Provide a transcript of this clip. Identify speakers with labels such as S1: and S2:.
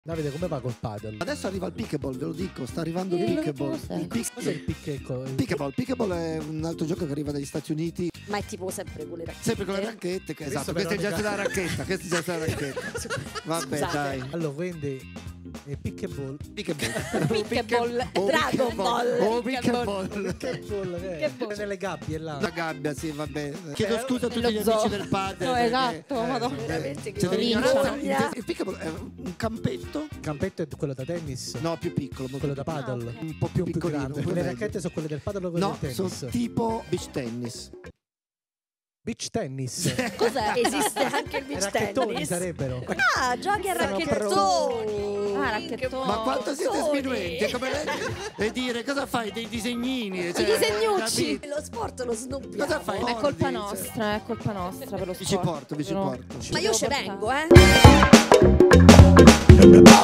S1: Davide, come va col padel?
S2: Adesso arriva il pickleball, ve lo dico, sta arrivando il pickleball.
S1: Cos'è il pickleball?
S2: Pickleball è un altro gioco che arriva dagli Stati Uniti.
S3: Ma è tipo sempre con le racchette.
S2: Sempre con le racchette, esatto, questa è già la racchetta, questa è già la racchetta. Vabbè,
S3: Scusate.
S2: dai.
S1: Allora, quindi pickleball.
S3: Pickleball, Dragon Ball.
S2: Oh, pickleball.
S1: Pickleball,
S3: Che ball?
S1: nelle gabbie là.
S2: La gabbia, sì, vabbè. Chiedo scusa a tutti gli
S3: Lo zoo.
S2: amici del padel.
S4: No,
S2: perché,
S4: esatto, madonna.
S3: Veramente che
S2: c'è
S3: vergogna.
S2: il pickleball è un campetto?
S1: Il campetto è quello da tennis?
S2: No, più piccolo, molto
S1: Quello da
S2: più
S1: padel?
S4: Ah, ok.
S2: un po' più piccolino.
S1: grande.
S2: un po'
S1: Le
S2: meglio.
S1: racchette sono quelle del padel o quelle
S2: No,
S1: del
S2: sono
S1: tennis?
S2: tipo beach tennis.
S1: Beach tennis.
S3: Cos'è? Esiste anche il beach
S1: Racchettoni
S3: tennis?
S1: sarebbero.
S3: Ah, giochi a
S4: Sono
S3: racchettoni.
S4: Ah, racchettoni.
S2: Ma quanto siete
S3: Soli.
S2: sminuenti? È come e dire cosa fai? Dei disegnini? Cioè,
S4: disegnucci.
S2: capito?
S3: Lo sport lo snobbiamo.
S2: Cosa fai?
S4: Ma è colpa
S2: Mordi,
S4: nostra, è colpa nostra per lo
S2: Vi
S4: sport.
S2: ci porto, vi ci
S4: No.
S2: porto.
S3: Ma io ci vengo,